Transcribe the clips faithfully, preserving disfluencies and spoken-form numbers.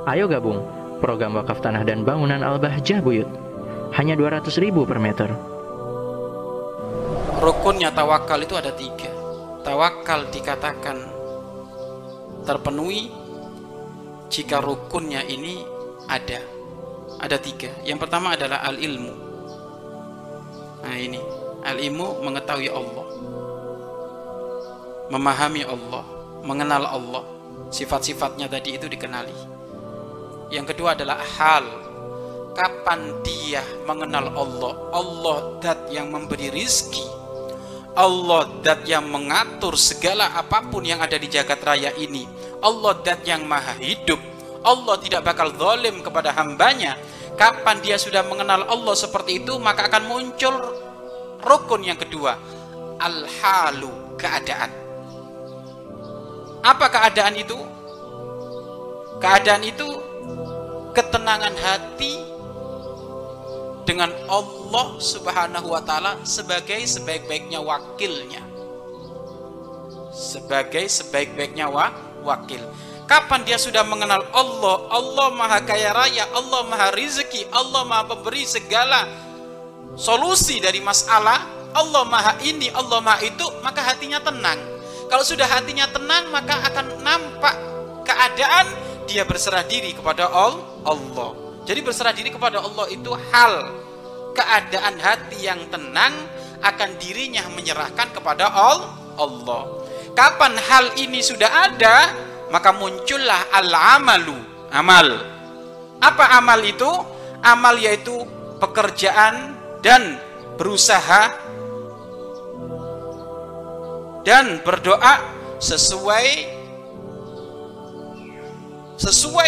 Ayo gabung program wakaf tanah dan bangunan Al-Bahjah Buyut. Hanya dua ratus ribu per meter. Rukunnya tawakal itu ada tiga. Tawakal dikatakan terpenuhi jika rukunnya ini ada. Ada tiga. Yang pertama adalah al-ilmu. Nah ini, al-ilmu mengetahui Allah, memahami Allah, mengenal Allah, sifat-sifatnya tadi itu dikenali. Yang kedua adalah hal, kapan dia mengenal Allah. Allah dat yang memberi rizki, Allah dat yang mengatur segala apapun yang ada di jagat raya ini, Allah dat yang maha hidup, Allah tidak bakal zalim kepada hambanya. Kapan dia sudah mengenal Allah seperti itu, maka akan muncul rukun yang kedua, al-halu, keadaan. Apa keadaan itu? Keadaan itu ketenangan hati dengan Allah Subhanahu wa ta'ala sebagai sebaik-baiknya wakilnya, sebagai sebaik-baiknya wa wakil. Kapan dia sudah mengenal Allah, Allah maha kaya raya, Allah maha rizki, Allah maha pemberi segala solusi dari masalah, Allah maha ini, Allah maha itu, maka hatinya tenang. Kalau sudah hatinya tenang, maka akan nampak keadaan dia berserah diri kepada Allah. Jadi berserah diri kepada Allah itu hal, keadaan hati yang tenang akan dirinya menyerahkan kepada Allah. Kapan hal ini sudah ada, maka muncullah al-amalu, amal. Apa amal itu? Amal yaitu pekerjaan dan berusaha dan berdoa sesuai sesuai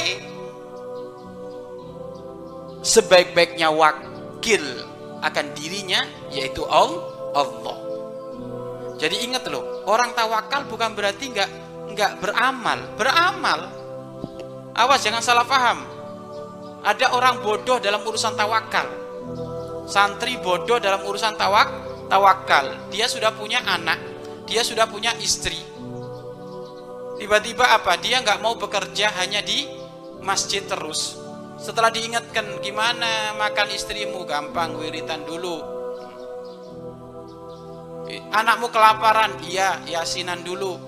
sebaik-baiknya wakil akan dirinya, yaitu Allah. Jadi ingat loh, orang tawakal bukan berarti nggak nggak beramal, beramal. Awas jangan salah paham. Ada orang bodoh dalam urusan tawakal, santri bodoh dalam urusan tawak tawakal. Dia sudah punya anak, dia sudah punya istri. Tiba-tiba apa? Dia nggak mau bekerja, hanya di masjid terus. Setelah diingatkan, gimana makan istrimu? Gampang, wiritan dulu. Anakmu kelaparan? Iya, yasinan dulu.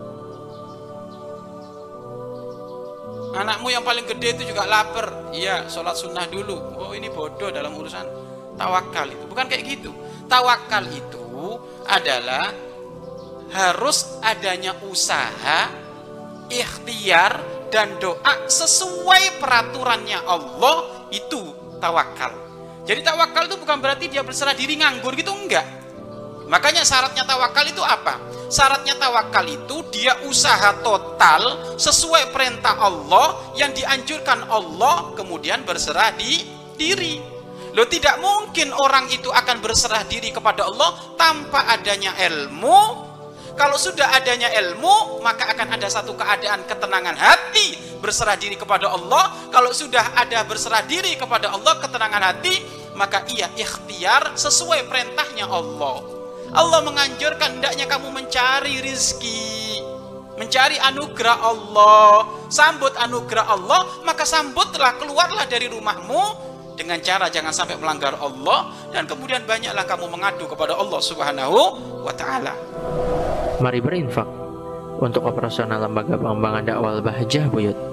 Anakmu yang paling gede itu juga lapar? Iya, sholat sunnah dulu. Oh, ini bodoh dalam urusan tawakal itu. Bukan kayak gitu. Tawakal itu adalah harus adanya usaha, ikhtiar, dan doa sesuai peraturannya Allah, itu tawakal. Jadi tawakal itu bukan berarti dia berserah diri nganggur gitu, enggak. Makanya syaratnya tawakal itu apa? Syaratnya tawakal itu dia usaha total sesuai perintah Allah yang dianjurkan Allah, kemudian berserah di diri. Loh, tidak mungkin orang itu akan berserah diri kepada Allah tanpa adanya ilmu. Kalau sudah adanya ilmu, maka akan ada satu keadaan ketenangan hati berserah diri kepada Allah. Kalau sudah ada berserah diri kepada Allah, ketenangan hati, maka ia ikhtiar sesuai perintahnya Allah. Allah menganjurkan hendaknya kamu mencari rizki, mencari anugerah Allah, sambut anugerah Allah, maka sambutlah, keluarlah dari rumahmu dengan cara jangan sampai melanggar Allah, dan kemudian banyaklah kamu mengadu kepada Allah Subhanahu wa ta'ala. Mari berinfak untuk operasional lembaga pengembangan dakwah Al-Bahjah Buyut.